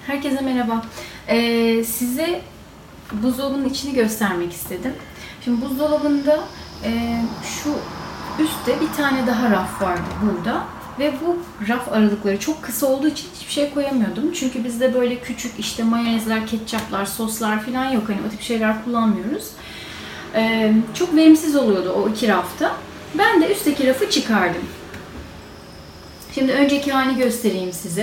Herkese merhaba. Size buzdolabının içini göstermek istedim. Şimdi buzdolabında şu üstte bir tane daha raf vardı burada. Ve bu raf aralıkları çok kısa olduğu için hiçbir şey koyamıyordum. Çünkü bizde böyle küçük işte mayonezler, ketçaplar, soslar falan yok. Hani o tip şeyler kullanmıyoruz. Çok verimsiz oluyordu o iki rafta. Ben de üstteki rafı çıkardım. Şimdi önceki halini göstereyim size.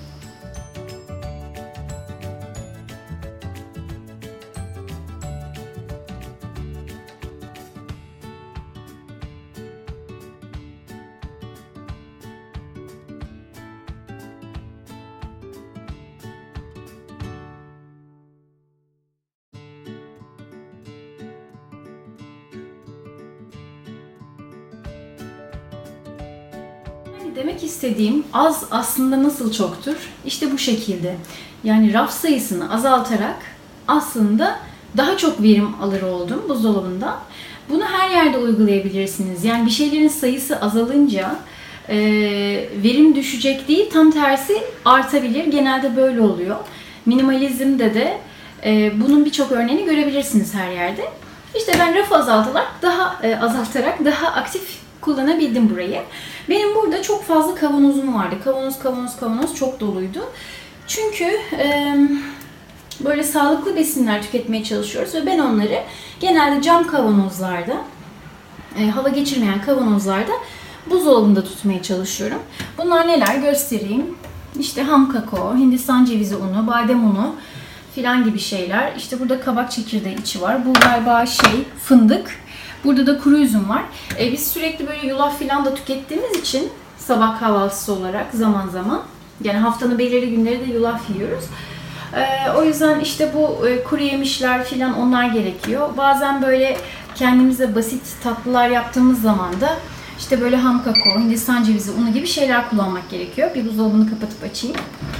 Demek istediğim az aslında nasıl çoktur? İşte bu şekilde. Yani raf sayısını azaltarak aslında daha çok verim alır oldum buzdolabında. Bunu her yerde uygulayabilirsiniz. Yani bir şeylerin sayısı azalınca verim düşecek değil, tam tersi artabilir. Genelde böyle oluyor. Minimalizmde de bunun birçok örneğini görebilirsiniz her yerde. İşte ben rafı azaltarak daha aktif kullanabildim burayı. Benim burada çok fazla kavanozum vardı. Kavanoz çok doluydu. Çünkü böyle sağlıklı besinler tüketmeye çalışıyoruz ve ben onları genelde cam kavanozlarda, hava geçirmeyen kavanozlarda buzdolabında tutmaya çalışıyorum. Bunlar neler göstereyim. İşte ham kakao, Hindistan cevizi unu, badem unu filan gibi şeyler. İşte burada kabak çekirdeği içi var. Bu galiba fındık. Burada da kuru üzüm var. Biz sürekli böyle yulaf filan da tükettiğimiz için sabah kahvaltısı olarak zaman zaman, yani haftanın belirli günleri de yulaf yiyoruz. O yüzden işte bu kuru yemişler filan onlar gerekiyor. Bazen böyle kendimize basit tatlılar yaptığımız zaman da işte böyle ham kakao, Hindistan cevizi unu gibi şeyler kullanmak gerekiyor. Bir buzdolabını kapatıp açayım.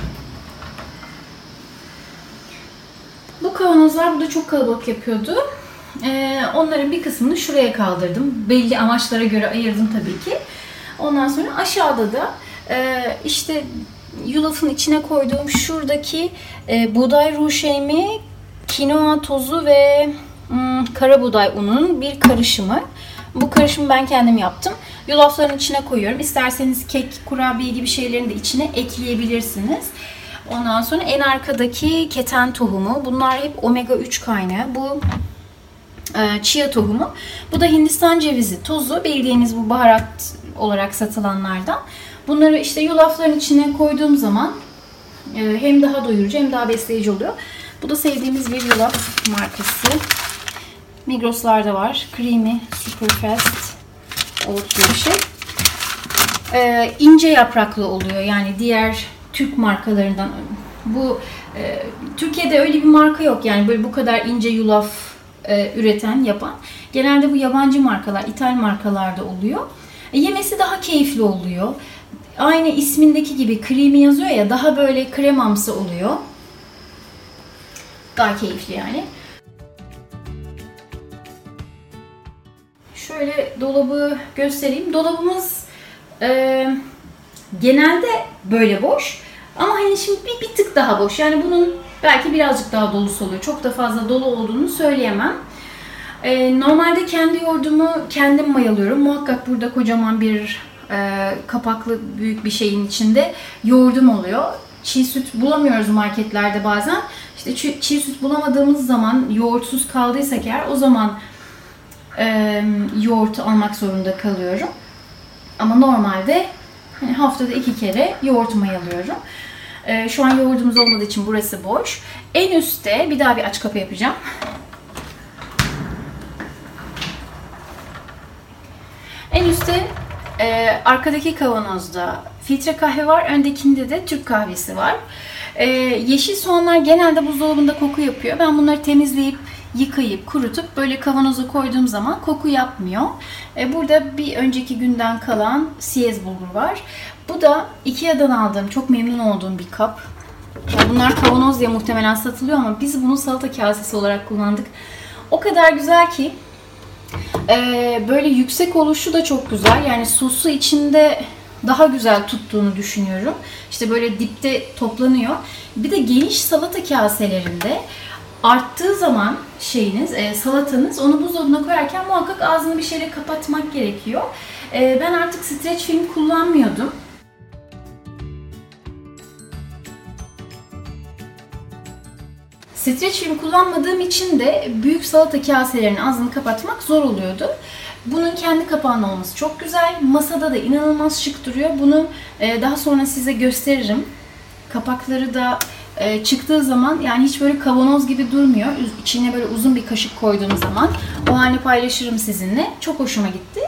Bu kavanozlar burada çok kalabalık yapıyordu. Onların bir kısmını şuraya kaldırdım. Belli amaçlara göre ayırdım tabii ki. Ondan sonra aşağıda da işte yulafın içine koyduğum şuradaki buğday ruşeymi, kinoa tozu ve kara buğday ununun bir karışımı. Bu karışımı ben kendim yaptım. Yulafların içine koyuyorum. İsterseniz kek, kurabiye gibi şeylerin de içine ekleyebilirsiniz. Ondan sonra en arkadaki keten tohumu. Bunlar hep omega 3 kaynağı. Bu chia tohumu. Bu da Hindistan cevizi tozu. Bildiğiniz bu baharat olarak satılanlardan. Bunları işte yulafların içine koyduğum zaman hem daha doyurucu hem daha besleyici oluyor. Bu da sevdiğimiz bir yulaf markası. Migros'larda var. Creamy, Superfast oğut bir şey. İnce yapraklı oluyor. Yani diğer Türk markalarından. Bu Türkiye'de öyle bir marka yok. Yani böyle bu kadar ince yulaf üreten, yapan. Genelde bu yabancı markalar, İthal markalarda oluyor. Yemesi daha keyifli oluyor. Aynı ismindeki gibi creamy yazıyor ya, daha böyle kremamsı oluyor. Daha keyifli yani. Şöyle dolabı göstereyim. Dolabımız genelde böyle boş. Ama hani şimdi bir tık daha boş. Yani bunun belki birazcık daha dolusu oluyor. Çok da fazla dolu olduğunu söyleyemem. Normalde kendi yoğurdumu kendim mayalıyorum. Muhakkak burada kocaman bir kapaklı büyük bir şeyin içinde yoğurdum oluyor. Çiğ süt bulamıyoruz marketlerde bazen. İşte çiğ süt bulamadığımız zaman, yoğurtsuz kaldıysak eğer, o zaman yoğurt almak zorunda kalıyorum. Ama normalde hani haftada 2 kere yoğurt mayalıyorum. Şu an yoğurdumuz olmadığı için burası boş. En üstte bir daha bir aç kapı yapacağım. En üstte arkadaki kavanozda filtre kahve var. Öndekinde de Türk kahvesi var. Yeşil soğanlar genelde buzdolabında koku yapıyor. Ben bunları temizleyip, yıkayıp, kurutup böyle kavanoza koyduğum zaman koku yapmıyor. Burada bir önceki günden kalan siyez bulgur var. Bu da Ikea'dan aldığım, çok memnun olduğum bir kap. Bunlar kavanoz diye muhtemelen satılıyor ama biz bunu salata kasesi olarak kullandık. O kadar güzel ki böyle yüksek oluşu da çok güzel. Yani sosu içinde daha güzel tuttuğunu düşünüyorum. İşte böyle dipte toplanıyor. Bir de geniş salata kaselerinde arttığı zaman salatanız, onu buzdolabına koyarken muhakkak ağzını bir şeyle kapatmak gerekiyor. Ben artık streç film kullanmıyordum. Streç film kullanmadığım için de büyük salata kaselerinin ağzını kapatmak zor oluyordu. Bunun kendi kapağında olması çok güzel. Masada da inanılmaz şık duruyor. Bunu daha sonra size gösteririm. Kapakları da çıktığı zaman yani hiç böyle kavanoz gibi durmuyor. İçine böyle uzun bir kaşık koyduğum zaman o halini paylaşırım sizinle. Çok hoşuma gitti.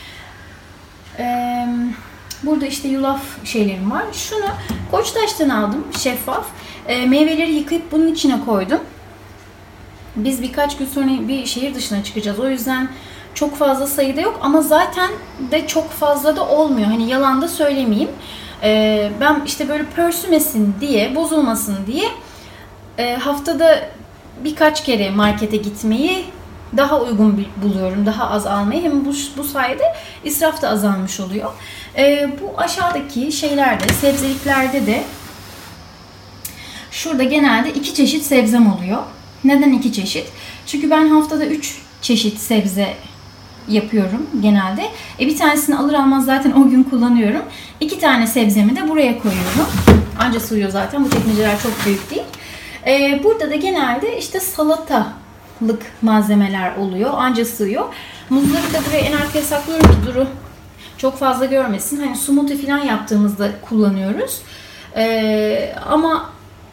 Burada işte yulaf şeylerim var. Şunu Koçtaş'tan aldım, şeffaf. Meyveleri yıkayıp bunun içine koydum. Biz birkaç gün sonra bir şehir dışına çıkacağız. O yüzden çok fazla sayıda yok ama zaten de çok fazla da olmuyor. Hani yalan da söylemeyeyim. Ben işte böyle pörsümesin diye, bozulmasın diye haftada birkaç kere markete gitmeyi daha uygun buluyorum. Daha az almayı. Hem bu sayede israf da azalmış oluyor. Bu aşağıdaki şeylerde, sebzeliklerde de şurada genelde 2 çeşit sebzem oluyor. Neden 2 çeşit? Çünkü ben haftada 3 çeşit sebze yapıyorum genelde. Bir tanesini alır almaz zaten o gün kullanıyorum. 2 tane sebzemi de buraya koyuyorum. Anca sığıyor zaten. Bu çekmeceler çok büyük değil. Burada da genelde işte salatalık malzemeler oluyor. Anca sığıyor. Muzları da buraya en arkaya saklıyorum ki Duru çok fazla görmesin. Hani smoothie falan yaptığımızda kullanıyoruz. Ama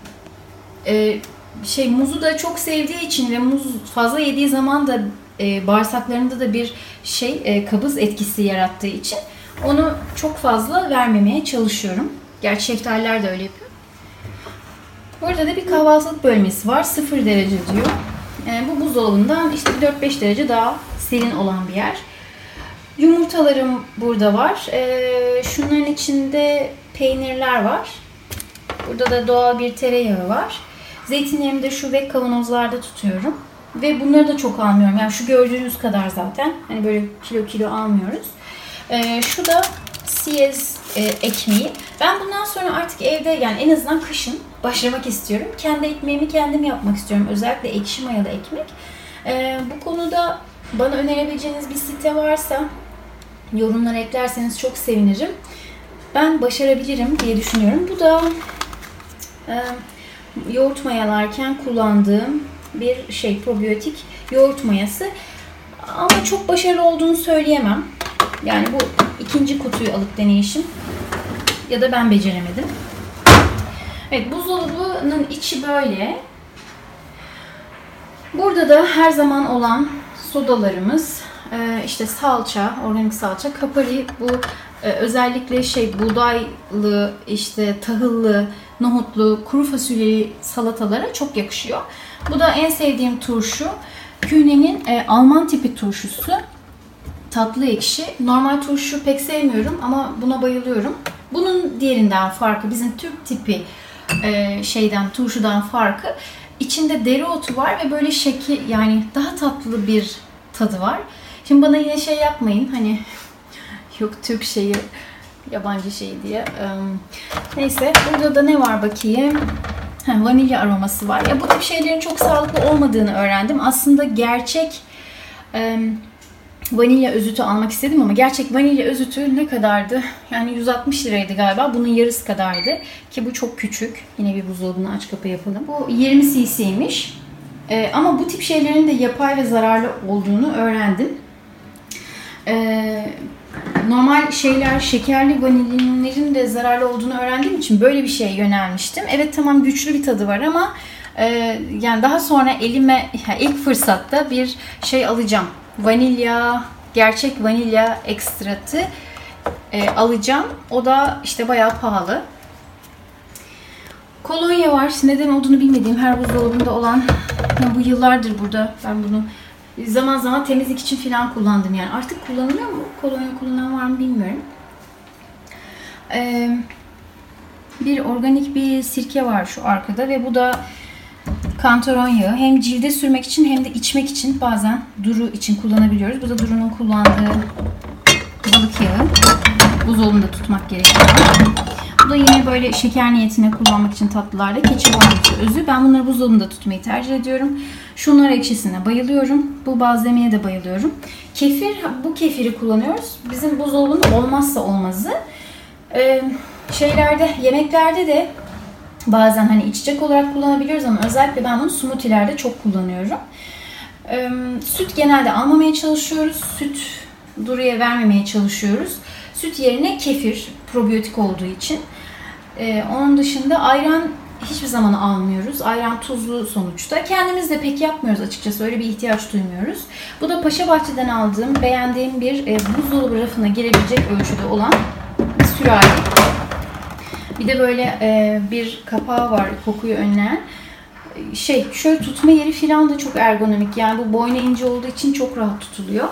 muzu da çok sevdiği için ve muz fazla yediği zaman da bağırsaklarında da bir kabız etkisi yarattığı için onu çok fazla vermemeye çalışıyorum. Gerçi şeftaliler de öyle yapıyor. Burada da bir kahvaltılık bölmesi var. 0 derece diyor. Bu buzdolabından işte 4-5 derece daha serin olan bir yer. Yumurtalarım burada var. Şunların içinde peynirler var. Burada da doğal bir tereyağı var. Zeytinlerimi de şu kavanozlarda tutuyorum. Ve bunları da çok almıyorum. Yani şu gördüğünüz kadar zaten. Hani böyle kilo almıyoruz. Şu da siyez ekmeği. Ben bundan sonra artık evde yani en azından kışın başlamak istiyorum. Kendi ekmeğimi kendim yapmak istiyorum. Özellikle ekşi mayalı ekmek. Bu konuda bana önerebileceğiniz bir site varsa yorumlara eklerseniz çok sevinirim. Ben başarabilirim diye düşünüyorum. Bu da yoğurt mayalarken kullandığım bir probiyotik yoğurt mayası. Ama çok başarılı olduğunu söyleyemem. Yani bu ikinci kutuyu alıp deneyişim. Ya da ben beceremedim. Evet, buzdolabının içi böyle. Burada da her zaman olan sodalarımız, işte salça, organik salça, kapari, bu özellikle buğdaylı, işte tahıllı, nohutlu, kuru fasulyeli salatalara çok yakışıyor. Bu da en sevdiğim turşu. Kühne'nin Alman tipi turşusu. Tatlı ekşi. Normal turşu pek sevmiyorum ama buna bayılıyorum. Bunun diğerinden farkı, bizim Türk tipi turşudan farkı, içinde dereotu var ve böyle yani daha tatlı bir tadı var. Şimdi bana yine yapmayın hani yok Türk yabancı diye. Neyse, burada da ne var bakayım? Vanilya aroması var. Ya bu tip şeylerin çok sağlıklı olmadığını öğrendim. Aslında gerçek vanilya özütü almak istedim ama gerçek vanilya özütü ne kadardı? Yani 160 liraydı galiba. Bunun yarısı kadardı. Ki bu çok küçük. Yine bir buzdolabını aç kapa yapalım. Bu 20 cc'ymiş. Ama bu tip şeylerin de yapay ve zararlı olduğunu öğrendim. Normal şekerli vanilyaların de zararlı olduğunu öğrendiğim için böyle bir şeye yönelmiştim. Evet, tamam, güçlü bir tadı var ama yani daha sonra elime ilk fırsatta bir alacağım. Gerçek vanilya ekstratı alacağım. O da işte bayağı pahalı. Kolonya var. Neden olduğunu bilmediğim, her buzdolabında olan. Bu yıllardır burada. Ben bunu zaman zaman temizlik için falan kullandım yani. Artık kullanılıyor mu? Kolonya kullanan var mı bilmiyorum. Bir organik bir sirke var şu arkada ve bu da kantaron yağı. Hem cilde sürmek için hem de içmek için, bazen Duru için kullanabiliyoruz. Bu da Duru'nun kullandığı balık yağı. Buzdolabında tutmak gerekiyor. da yine böyle şeker niyetine kullanmak için tatlılarda keçi boynuzu özü. Ben bunları buzdolabında tutmayı tercih ediyorum. Şunlar ekşisine bayılıyorum. Bu bazlamaya da bayılıyorum. Kefir, bu kefiri kullanıyoruz. Bizim buzdolabının olmazsa olmazı. Yemeklerde de bazen hani içecek olarak kullanabiliyoruz ama özellikle ben bunu smoothie'lerde çok kullanıyorum. Süt genelde almamaya çalışıyoruz. Süt Duru'ya vermemeye çalışıyoruz. Süt yerine kefir, probiyotik olduğu için. Onun dışında ayran hiçbir zaman almıyoruz. Ayran tuzlu sonuçta. Kendimiz de pek yapmıyoruz açıkçası. Öyle bir ihtiyaç duymuyoruz. Bu da Paşabahçe'den aldığım, beğendiğim bir buzdolabı rafına girebilecek ölçüde olan bir sürahi. Bir de böyle bir kapağı var kokuyu önleyen. Şöyle tutma yeri falan da çok ergonomik. Yani bu boynu ince olduğu için çok rahat tutuluyor.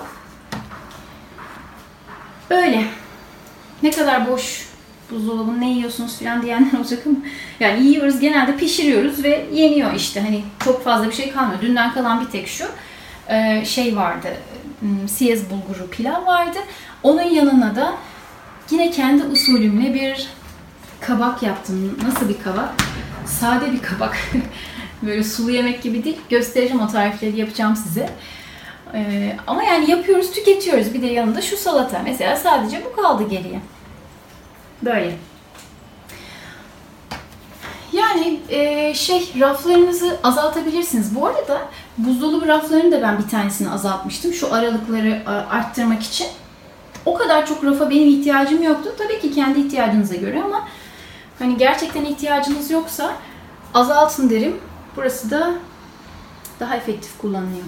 Böyle. Ne kadar boş buzdolabı, ne yiyorsunuz falan diyenler olacak ama yani yiyoruz, genelde pişiriyoruz ve yeniyor işte. Hani çok fazla bir şey kalmıyor. Dünden kalan bir tek şu vardı. Siyez bulguru pilav vardı. Onun yanına da yine kendi usulümle bir kabak yaptım. Nasıl bir kabak? Sade bir kabak. Böyle sulu yemek gibi değil. Göstereceğim, o tarifleri yapacağım size. Ama yani yapıyoruz, tüketiyoruz. Bir de yanında şu salata. Mesela sadece bu kaldı geriye. Böyle. Yani raflarınızı azaltabilirsiniz. Bu arada buzdolabı raflarını da ben bir tanesini azaltmıştım. Şu aralıkları arttırmak için. O kadar çok rafa benim ihtiyacım yoktu. Tabii ki kendi ihtiyacınıza göre ama hani gerçekten ihtiyacınız yoksa azaltın derim. Burası da daha efektif kullanılıyor.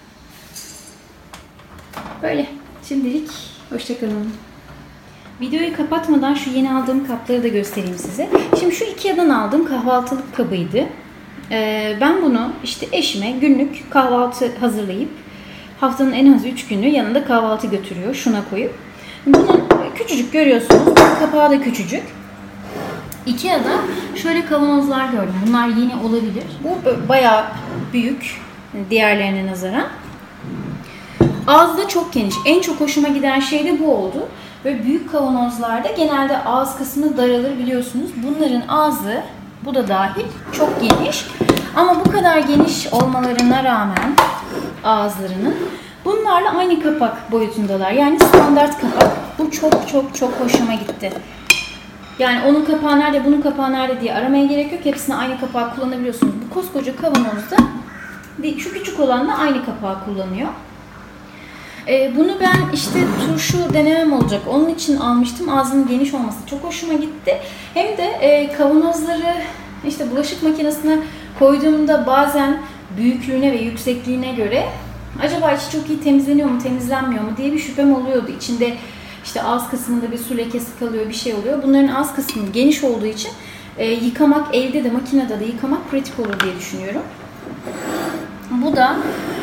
Böyle. Şimdilik hoşça kalın. Videoyu kapatmadan şu yeni aldığım kapları da göstereyim size. Şimdi şu Ikea'dan aldığım kahvaltılık kabıydı. Ben bunu işte eşime günlük kahvaltı hazırlayıp haftanın en az 3 günü yanında kahvaltı götürüyor. Şuna koyup. Bunun küçücük görüyorsunuz. Bunun kapağı da küçücük. Ikea'da şöyle kavanozlar gördüm. Bunlar yeni olabilir. Bu bayağı büyük diğerlerine nazaran. Ağzı da çok geniş. En çok hoşuma giden şey de bu oldu. Böyle büyük kavanozlarda genelde ağız kısmı daralır biliyorsunuz. Bunların ağzı, bu da dahil, çok geniş. Ama bu kadar geniş olmalarına rağmen ağızlarının bunlarla aynı kapak boyutundalar. Yani standart kapak. Bu çok çok çok hoşuma gitti. Yani onun kapağı nerede, bunun kapağı nerede diye aramaya gerek yok. Hepsine aynı kapağı kullanabiliyorsunuz. Bu koskoca kavanozda şu küçük olan da aynı kapağı kullanıyor. Bunu ben işte turşu denemem olacak. Onun için almıştım. Ağzının geniş olması çok hoşuma gitti. Hem de kavanozları işte bulaşık makinesine koyduğumda bazen büyüklüğüne ve yüksekliğine göre acaba içi çok iyi temizleniyor mu, temizlenmiyor mu diye bir şüphem oluyordu. İçinde işte ağız kısmında bir su lekesi kalıyor, bir şey oluyor. Bunların ağız kısmı geniş olduğu için yıkamak, evde de makinede de yıkamak pratik olur diye düşünüyorum. Bu da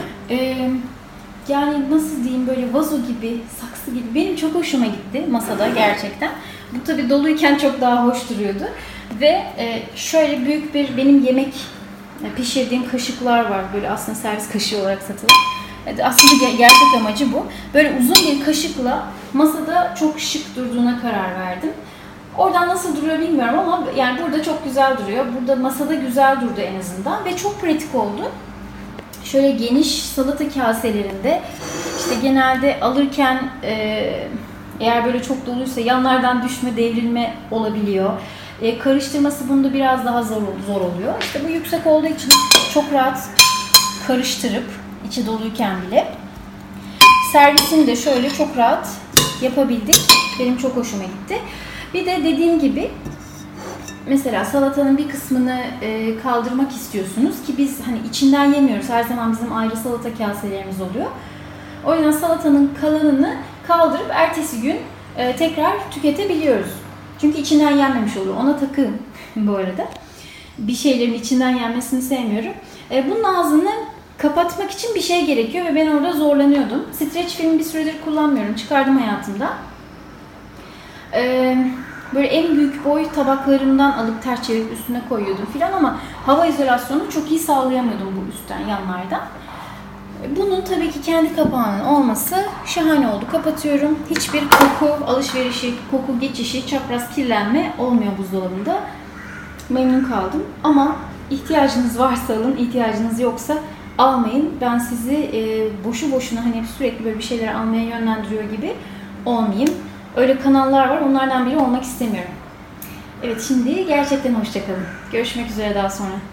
yani nasıl diyeyim, böyle vazo gibi, saksı gibi, benim çok hoşuma gitti masada gerçekten. Bu tabii doluyken çok daha hoş duruyordu. Ve şöyle büyük bir benim yemek pişirdiğim kaşıklar var. Böyle aslında servis kaşığı olarak satılan. Aslında gerçek amacı bu. Böyle uzun bir kaşıkla masada çok şık durduğuna karar verdim. Oradan nasıl duruyor bilmiyorum ama yani burada çok güzel duruyor. Burada masada güzel durdu en azından ve çok pratik oldu. Şöyle geniş salata kaselerinde işte genelde alırken eğer böyle çok doluysa yanlardan düşme, devrilme olabiliyor. Karıştırması bunda biraz daha zor oluyor. İşte bu yüksek olduğu için çok rahat karıştırıp içi doluyken bile servisini de şöyle çok rahat yapabildik. Benim çok hoşuma gitti. Bir de dediğim gibi mesela salatanın bir kısmını kaldırmak istiyorsunuz ki biz hani içinden yemiyoruz. Her zaman bizim ayrı salata kaselerimiz oluyor. O yüzden salatanın kalanını kaldırıp ertesi gün tekrar tüketebiliyoruz. Çünkü içinden yenmemiş oluyor. Ona takığım bu arada. Bir şeylerin içinden yenmesini sevmiyorum. Bunun ağzını kapatmak için bir şey gerekiyor ve ben orada zorlanıyordum. Streç film bir süredir kullanmıyorum. Çıkardım hayatımda. Böyle en büyük boy tabaklarımdan alıp ters çevirip üstüne koyuyordum filan ama hava izolasyonunu çok iyi sağlayamıyordum bu üstten, yanlardan. Bunun tabii ki kendi kapağının olması şahane oldu. Kapatıyorum. Hiçbir koku alışverişi, koku geçişi, çapraz kirlenme olmuyor buzdolabında. Memnun kaldım. Ama ihtiyacınız varsa alın, ihtiyacınız yoksa almayın. Ben sizi boşu boşuna hani sürekli böyle bir şeyler almaya yönlendiriyor gibi olmayayım. Öyle kanallar var. Onlardan biri olmak istemiyorum. Evet, şimdi gerçekten hoşça kalın. Görüşmek üzere daha sonra.